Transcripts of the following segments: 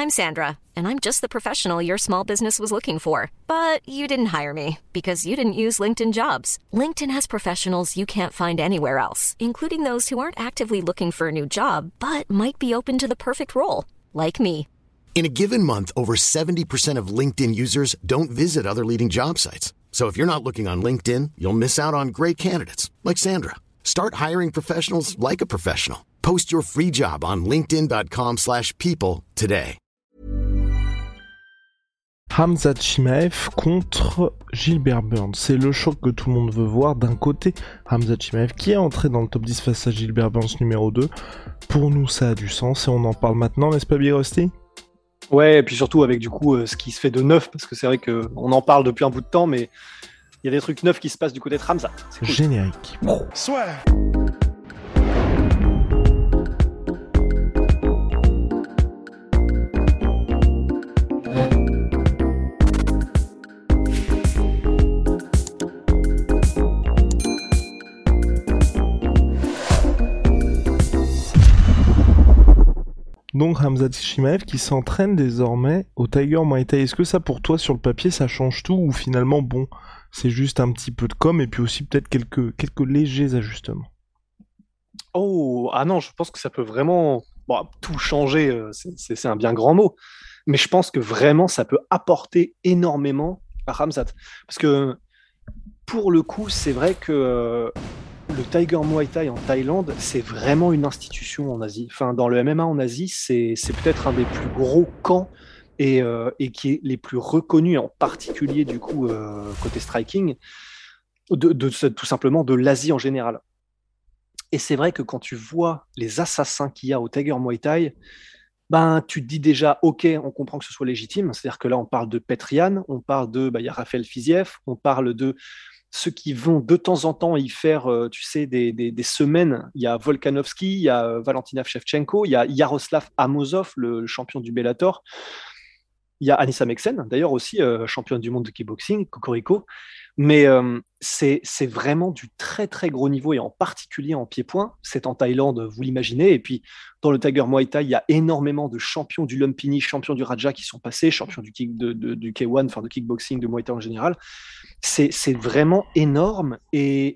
I'm Sandra, and I'm just the professional your small business was looking for. But you didn't hire me because you didn't use LinkedIn Jobs. LinkedIn has professionals you can't find anywhere else, including those who aren't actively looking for a new job, but might be open to the perfect role, like me. In a given month, over 70% of LinkedIn users don't visit other leading job sites. So if you're not looking on LinkedIn, you'll miss out on great candidates like Sandra. Start hiring professionals like a professional. Post your free job on linkedin.com/people today. Khamzat Chimaev contre Gilbert Burns. C'est le choc que tout le monde veut voir. D'un côté, Khamzat Chimaev qui est entré dans le top 10 face à Gilbert Burns numéro 2. Pour nous, ça a du sens et on en parle maintenant, n'est-ce pas, Big Rusty ? Ouais, et puis surtout avec du coup ce qui se fait de neuf, parce que c'est vrai qu'on en parle depuis un bout de temps, mais il y a des trucs neufs qui se passent du côté de Khamzat. Cool. Générique. Soit. Donc Khamzat Chimaev qui s'entraîne désormais au Tiger Muay Thai. Est-ce que ça pour toi sur le papier ça change tout ou finalement bon c'est juste un petit peu de com et puis aussi peut-être quelques légers ajustements? Oh, ah non, je pense que ça peut vraiment tout changer, c'est un bien grand mot, mais je pense que vraiment ça peut apporter énormément à Khamzat. Parce que pour le coup, c'est vrai que le Tiger Muay Thai en Thaïlande, c'est vraiment une institution en Asie. Enfin, dans le MMA en Asie, c'est peut-être un des plus gros camps et qui est les plus reconnus, en particulier du coup côté striking, tout simplement de l'Asie en général. Et c'est vrai que quand tu vois les assassins qu'il y a au Tiger Muay Thai, ben, tu te dis déjà, ok, on comprend que ce soit légitime. C'est-à-dire que là, on parle de Petrian, on parle il y a Rafael Fiziev, on parle de ceux qui vont de temps en temps y faire, tu sais, des semaines. Il y a Volkanovski, il y a Valentina Shevchenko, il y a Yaroslav Amosov, le champion du Bellator. Il y a Anissa Meksen, d'ailleurs aussi championne du monde de kickboxing, Cocorico. Mais c'est vraiment du très très gros niveau et en particulier en pied-point. C'est en Thaïlande, vous l'imaginez. Et puis dans le Tiger Muay Thai, il y a énormément de champions du Lumpini, champions du Raja qui sont passés, champions du K1, enfin de kickboxing, de Muay Thai en général. C'est vraiment énorme et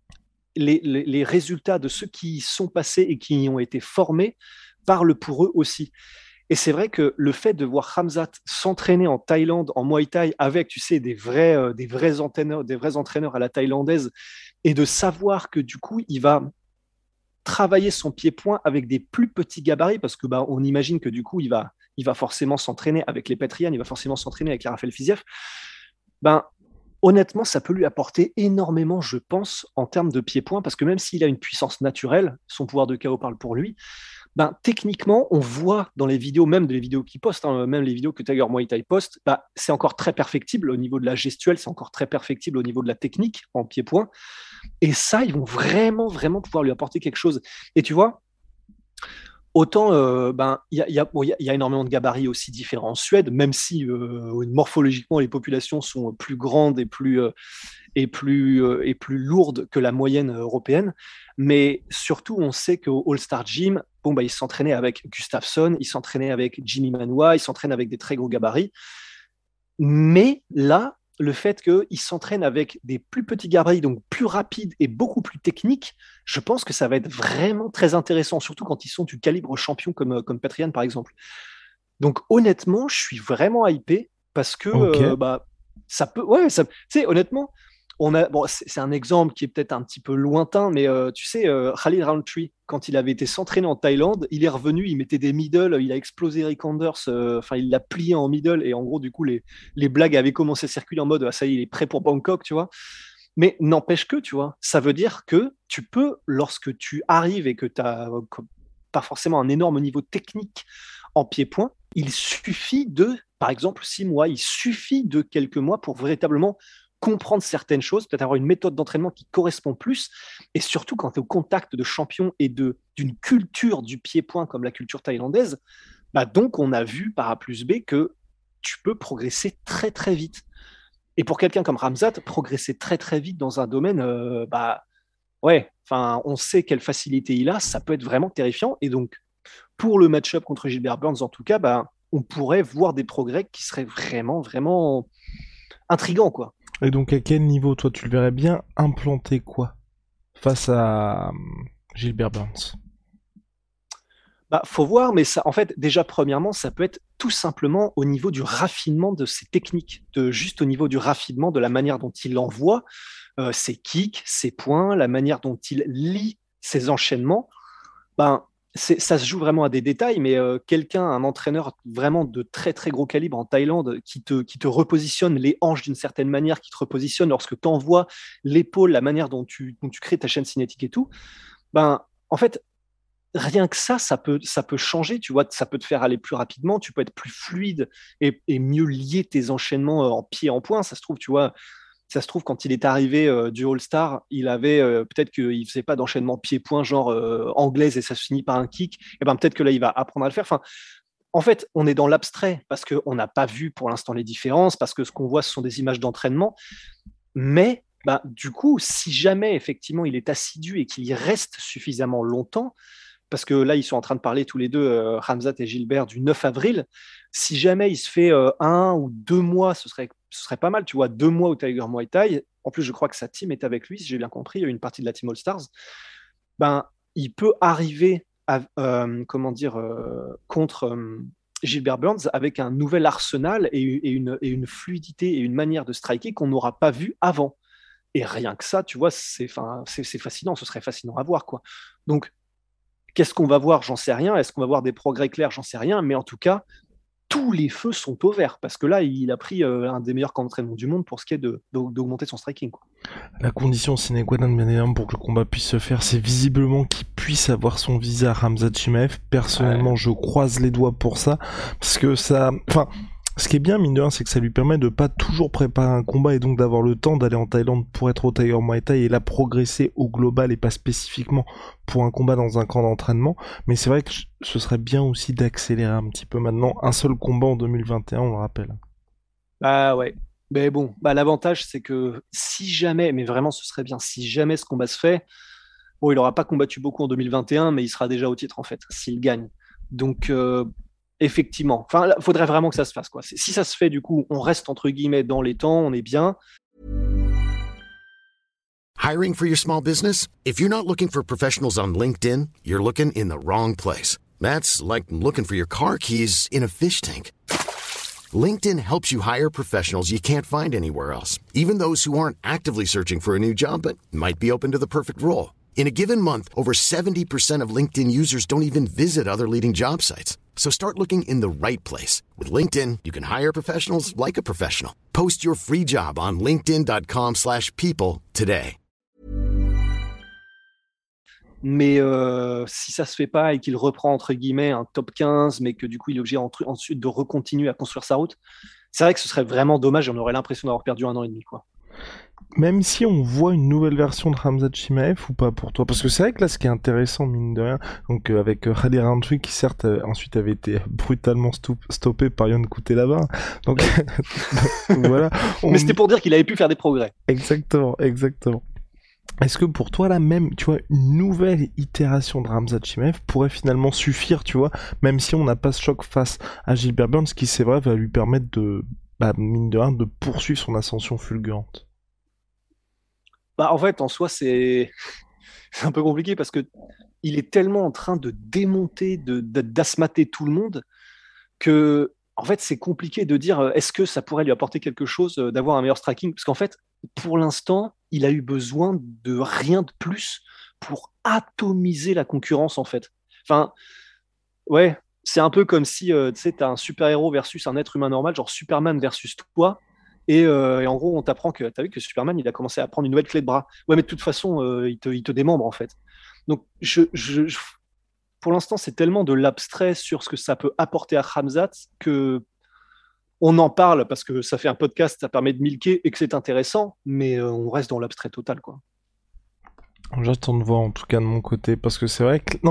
les résultats de ceux qui y sont passés et qui y ont été formés parlent pour eux aussi. Et c'est vrai que le fait de voir Khamzat s'entraîner en Thaïlande, en Muay Thai, avec, tu sais, des vrais entraîneurs à la thaïlandaise, et de savoir que du coup, il va travailler son pied-point avec des plus petits gabarits, parce que on imagine que du coup, il va forcément s'entraîner avec les Petrian, il va forcément s'entraîner avec les Rafael Fiziev. Honnêtement, ça peut lui apporter énormément, je pense, en termes de pied-point, parce que même s'il a une puissance naturelle, son pouvoir de KO parle pour lui. Techniquement, on voit dans les vidéos, même les vidéos qu'il poste, même les vidéos que Tiger Muay Thai poste, c'est encore très perfectible au niveau de la gestuelle, c'est encore très perfectible au niveau de la technique en pied-point. Et ça, ils vont vraiment, vraiment pouvoir lui apporter quelque chose. Et tu vois, autant il y a énormément de gabarits aussi différents en Suède, même si morphologiquement les populations sont plus grandes et plus lourdes que la moyenne européenne. Mais surtout, on sait qu'au All-Star Gym, il s'entraînait avec Gustafsson, il s'entraînait avec Jimmy Manuwa, il s'entraîne avec des très gros gabarits. Mais là, le fait qu'il s'entraîne avec des plus petits gabarits, donc plus rapides et beaucoup plus techniques, je pense que ça va être vraiment très intéressant, surtout quand ils sont du calibre champion comme Petrian, par exemple. Donc honnêtement, je suis vraiment hypé parce que ça peut... Ouais, tu sais, honnêtement, c'est un exemple qui est peut-être un petit peu lointain, mais tu sais, Khalid Roundtree, quand il avait été s'entraîner en Thaïlande, il est revenu, il mettait des middle, il a explosé Rick Anders, il l'a plié en middle, et en gros, du coup, les blagues avaient commencé à circuler en mode, ça y est, il est prêt pour Bangkok, tu vois. Mais n'empêche que, tu vois, ça veut dire que tu peux, lorsque tu arrives et que tu n'as pas forcément un énorme niveau technique en pied-point, il suffit de, par exemple, 6 mois, il suffit de quelques mois pour véritablement comprendre certaines choses, peut-être avoir une méthode d'entraînement qui correspond plus, et surtout quand tu es au contact de champions et d'une culture du pied-point comme la culture thaïlandaise, donc on a vu par A plus B que tu peux progresser très très vite. Et pour quelqu'un comme Khamzat, progresser très très vite dans un domaine, on sait quelle facilité il a, ça peut être vraiment terrifiant. Et donc, pour le match-up contre Gilbert Burns, en tout cas, on pourrait voir des progrès qui seraient vraiment, vraiment intrigants, quoi. Et donc, à quel niveau, toi, tu le verrais bien implanter quoi face à Gilbert Burns? Bah, faut voir, mais ça, en fait, déjà, premièrement, ça peut être tout simplement au niveau du raffinement de ses techniques, juste au niveau du raffinement de la manière dont il envoie ses kicks, ses points, la manière dont il lit ses enchaînements. Ben, ça se joue vraiment à des détails, mais un entraîneur vraiment de très très gros calibre en Thaïlande qui te repositionne les hanches d'une certaine manière, qui te repositionne lorsque tu envoies l'épaule, la manière dont tu crées ta chaîne cinétique et tout, ben, en fait, rien que ça peut changer, tu vois, ça peut te faire aller plus rapidement, tu peux être plus fluide et mieux lier tes enchaînements en pied en point. Ça se trouve, tu vois, ça se trouve, quand il est arrivé du All-Star, il avait peut-être qu'il faisait pas d'enchaînement pied-point genre anglaise et ça se finit par un kick. Et ben peut-être que là, il va apprendre à le faire. Enfin, en fait, on est dans l'abstrait parce qu'on n'a pas vu pour l'instant les différences, parce que ce qu'on voit, ce sont des images d'entraînement. Mais bah, du coup, si jamais effectivement il est assidu et qu'il y reste suffisamment longtemps, parce que là, ils sont en train de parler tous les deux, Khamzat et Gilbert, du 9 avril. Si jamais il se fait 1 ou 2 mois, ce serait pas mal, tu vois, 2 mois au Tiger Muay Thai. En plus, je crois que sa team est avec lui, si j'ai bien compris, il y a une partie de la team All-Stars. Ben, il peut arriver à, comment dire, contre Gilbert Burns avec un nouvel arsenal et une fluidité et une manière de striker qu'on n'aura pas vu avant. Et rien que ça, tu vois, c'est fascinant, ce serait fascinant à voir, quoi. Donc, qu'est-ce qu'on va voir? J'en sais rien. Est-ce qu'on va voir des progrès clairs? J'en sais rien. Mais en tout cas, tous les feux sont au vert parce que là, il a pris un des meilleurs camps d'entraînement du monde pour ce qui est d'augmenter son striking, quoi. La condition sine qua non, bien évidemment, pour que le combat puisse se faire, c'est visiblement qu'il puisse avoir son visa Khamzat Chimaev. Personnellement, je croise les doigts pour ça, parce que ça... Enfin, ce qui est bien, mine de rien, c'est que ça lui permet de pas toujours préparer un combat et donc d'avoir le temps d'aller en Thaïlande pour être au Tiger Muay Thai et là progresser au global et pas spécifiquement pour un combat dans un camp d'entraînement. Mais c'est vrai que ce serait bien aussi d'accélérer un petit peu maintenant. Un seul combat en 2021, on le rappelle. Ah ouais. Mais bon, bah, l'avantage, c'est que si jamais, mais vraiment, ce serait bien, si jamais ce combat se fait, bon, il n'aura pas combattu beaucoup en 2021, mais il sera déjà au titre, en fait, s'il gagne. Donc, effectivement, enfin, il faudrait vraiment que ça se fasse, quoi. Si ça se fait, du coup, on reste, entre guillemets, dans les temps, on est bien. Hiring for your small business? If you're not looking for professionals on LinkedIn, you're looking in the wrong place. That's like looking for your car keys in a fish tank. LinkedIn helps you hire professionals you can't find anywhere else, even those who aren't actively searching for a new job but might be open to the perfect role. In a given month, over 70% of LinkedIn users don't even visit other leading job sites. So start looking in the right place. With LinkedIn, you can hire professionals like a professional. Post your free job on linkedin.com/people today. Mais si ça se fait pas et qu'il reprend, entre guillemets, un top 15, mais que du coup, il est obligé ensuite de recontinuer à construire sa route, c'est vrai que ce serait vraiment dommage et on aurait l'impression d'avoir perdu 1 an et demi, quoi. Même si on voit une nouvelle version de Khamzat Chimaev ou pas pour toi? Parce que c'est vrai que là, ce qui est intéressant, mine de rien, donc avec Khalid Rountree qui certes ensuite avait été brutalement stoppé par Yon Kutelaba. Donc, donc voilà. Mais c'était pour dire qu'il avait pu faire des progrès. Exactement, exactement. Est-ce que pour toi, là, même, tu vois, une nouvelle itération de Khamzat Chimaev pourrait finalement suffire, tu vois, même si on n'a pas ce choc face à Gilbert Burns, qui, c'est vrai, va lui permettre de, mine de rien, de poursuivre son ascension fulgurante? Bah, en fait, en soi, c'est un peu compliqué parce que il est tellement en train de démonter, d'asmater tout le monde que, en fait, c'est compliqué de dire est-ce que ça pourrait lui apporter quelque chose d'avoir un meilleur striking, parce qu'en fait, pour l'instant, il a eu besoin de rien de plus pour atomiser la concurrence, en fait. Enfin, ouais, c'est un peu comme si, tu sais, t'as un super-héros versus un être humain normal, genre Superman versus toi. Et en gros, on t'apprend que t'as vu que Superman, il a commencé à prendre une nouvelle clé de bras. Ouais, mais de toute façon, il te démembre, en fait. Donc, pour l'instant, c'est tellement de l'abstrait sur ce que ça peut apporter à Khamzat que on en parle parce que ça fait un podcast, ça permet de milquer et que c'est intéressant, mais on reste dans l'abstrait total, quoi. J'attends de voir, en tout cas, de mon côté, parce que c'est vrai que... Non, mais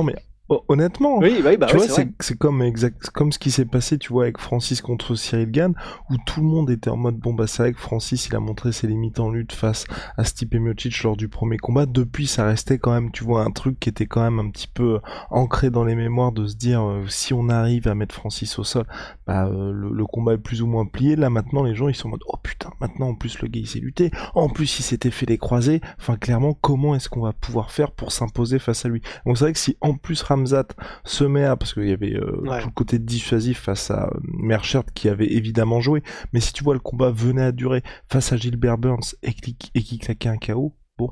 Honnêtement, Oui, bah tu ouais, vois, c'est vrai. c'est comme ce qui s'est passé, tu vois, avec Francis contre Cyril Gane, où tout le monde était en mode, bon, bah, c'est vrai que Francis, il a montré ses limites en lutte face à Stipe Miocic lors du premier combat. Depuis, ça restait quand même, tu vois, un truc qui était quand même un petit peu ancré dans les mémoires de se dire, si on arrive à mettre Francis au sol, bah, le combat est plus ou moins plié. Là, maintenant, les gens, ils sont en mode, oh putain, maintenant, en plus, le gars, il s'est lutté. En plus, il s'était fait les croisés. Enfin, clairement, comment est-ce qu'on va pouvoir faire pour s'imposer face à lui? Donc, c'est vrai que si, en plus, Ramzat se met à, parce qu'il y avait Ouais. tout le côté dissuasif face à Merchert qui avait évidemment joué, mais si tu vois le combat venait à durer face à Gilbert Burns et qui claquait un KO, bon.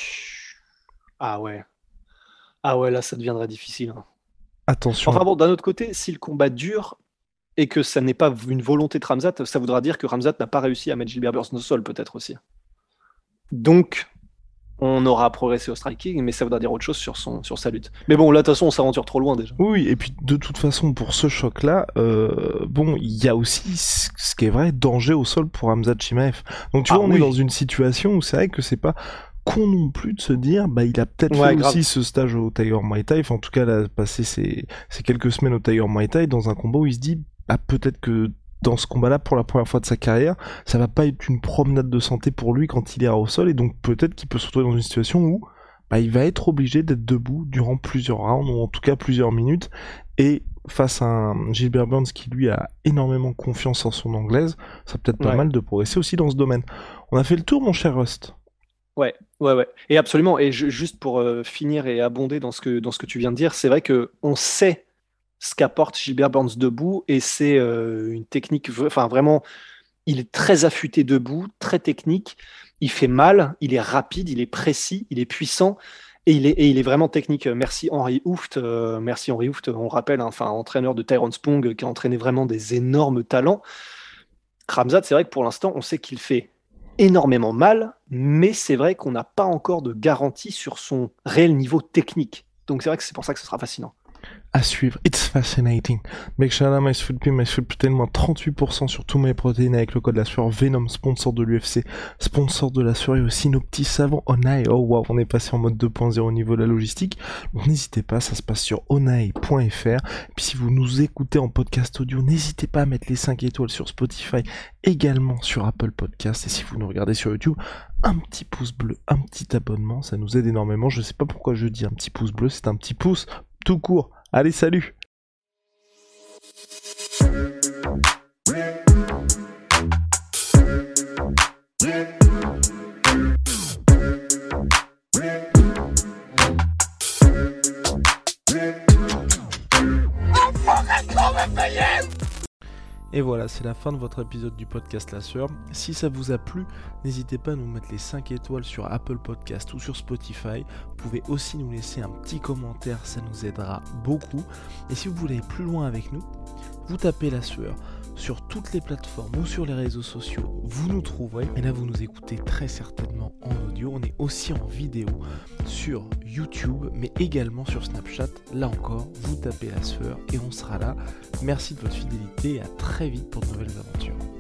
Ah ouais. Ah ouais, là, ça deviendrait difficile. Hein. Attention. Enfin bon, d'un autre côté, si le combat dure et que ça n'est pas une volonté de Ramzat, ça voudra dire que Ramzat n'a pas réussi à mettre Gilbert Burns au sol, peut-être aussi. Donc, on aura progressé au striking, mais ça voudra dire autre chose sur sa lutte. Mais bon, là, de toute façon, on s'aventure trop loin déjà. Oui, et puis de toute façon, pour ce choc-là, bon, il y a aussi ce qui est vrai, danger au sol pour Hamza Chimaev. Donc tu vois, on est dans une situation où c'est vrai que c'est pas con non plus de se dire, bah il a peut-être fait grave. aussi ce stage au Tiger Muay Thai, enfin en tout cas, il a passé ces quelques semaines au Tiger Muay Thai dans un combat où il se dit, bah peut-être que dans ce combat-là, pour la première fois de sa carrière, ça va pas être une promenade de santé pour lui quand il est au sol, et donc peut-être qu'il peut se retrouver dans une situation où bah, il va être obligé d'être debout durant plusieurs rounds, ou en tout cas plusieurs minutes, et face à un Gilbert Burns qui lui a énormément confiance en son anglaise, ça peut être pas mal de progresser aussi dans ce domaine. On a fait le tour, mon cher Rust. Ouais. Et absolument. Et juste pour finir et abonder dans ce que tu viens de dire, c'est vrai qu'on sait ce qu'apporte Gilbert Burns debout, et c'est une technique, enfin vraiment, il est très affûté debout, très technique, il fait mal, il est rapide, il est précis, il est puissant, et il est vraiment technique. Merci Henry Hooft, on le rappelle, hein, enfin, entraîneur de Tyrone Spong, qui a entraîné vraiment des énormes talents. Khamzat, c'est vrai que pour l'instant, on sait qu'il fait énormément mal, mais c'est vrai qu'on n'a pas encore de garantie sur son réel niveau technique. Donc c'est vrai que c'est pour ça que ce sera fascinant. À suivre, it's fascinating. Make sure là, MySfoodPay, moins 38% sur tous mes protéines avec le code la sueur Venom, sponsor de l'UFC, sponsor de la sueur, et aussi nos petits savons Onae. Oh wow, on est passé en mode 2.0 au niveau de la logistique. Donc n'hésitez pas, ça se passe sur onae.fr. Et puis si vous nous écoutez en podcast audio, n'hésitez pas à mettre les 5 étoiles sur Spotify, également sur Apple Podcast. Et si vous nous regardez sur YouTube, un petit pouce bleu, un petit abonnement, ça nous aide énormément. Je sais pas pourquoi je dis un petit pouce bleu, c'est un petit pouce tout court. Allez, salut! Et voilà, c'est la fin de votre épisode du podcast La Sueur. Si ça vous a plu, n'hésitez pas à nous mettre les 5 étoiles sur Apple Podcast ou sur Spotify. Vous pouvez aussi nous laisser un petit commentaire, ça nous aidera beaucoup. Et si vous voulez aller plus loin avec nous, vous tapez La Sueur sur toutes les plateformes ou sur les réseaux sociaux, vous nous trouverez. Et là, vous nous écoutez très certainement en audio. On est aussi en vidéo sur YouTube, mais également sur Snapchat. Là encore, vous tapez La Sueur et on sera là. Merci de votre fidélité et à très vite pour de nouvelles aventures.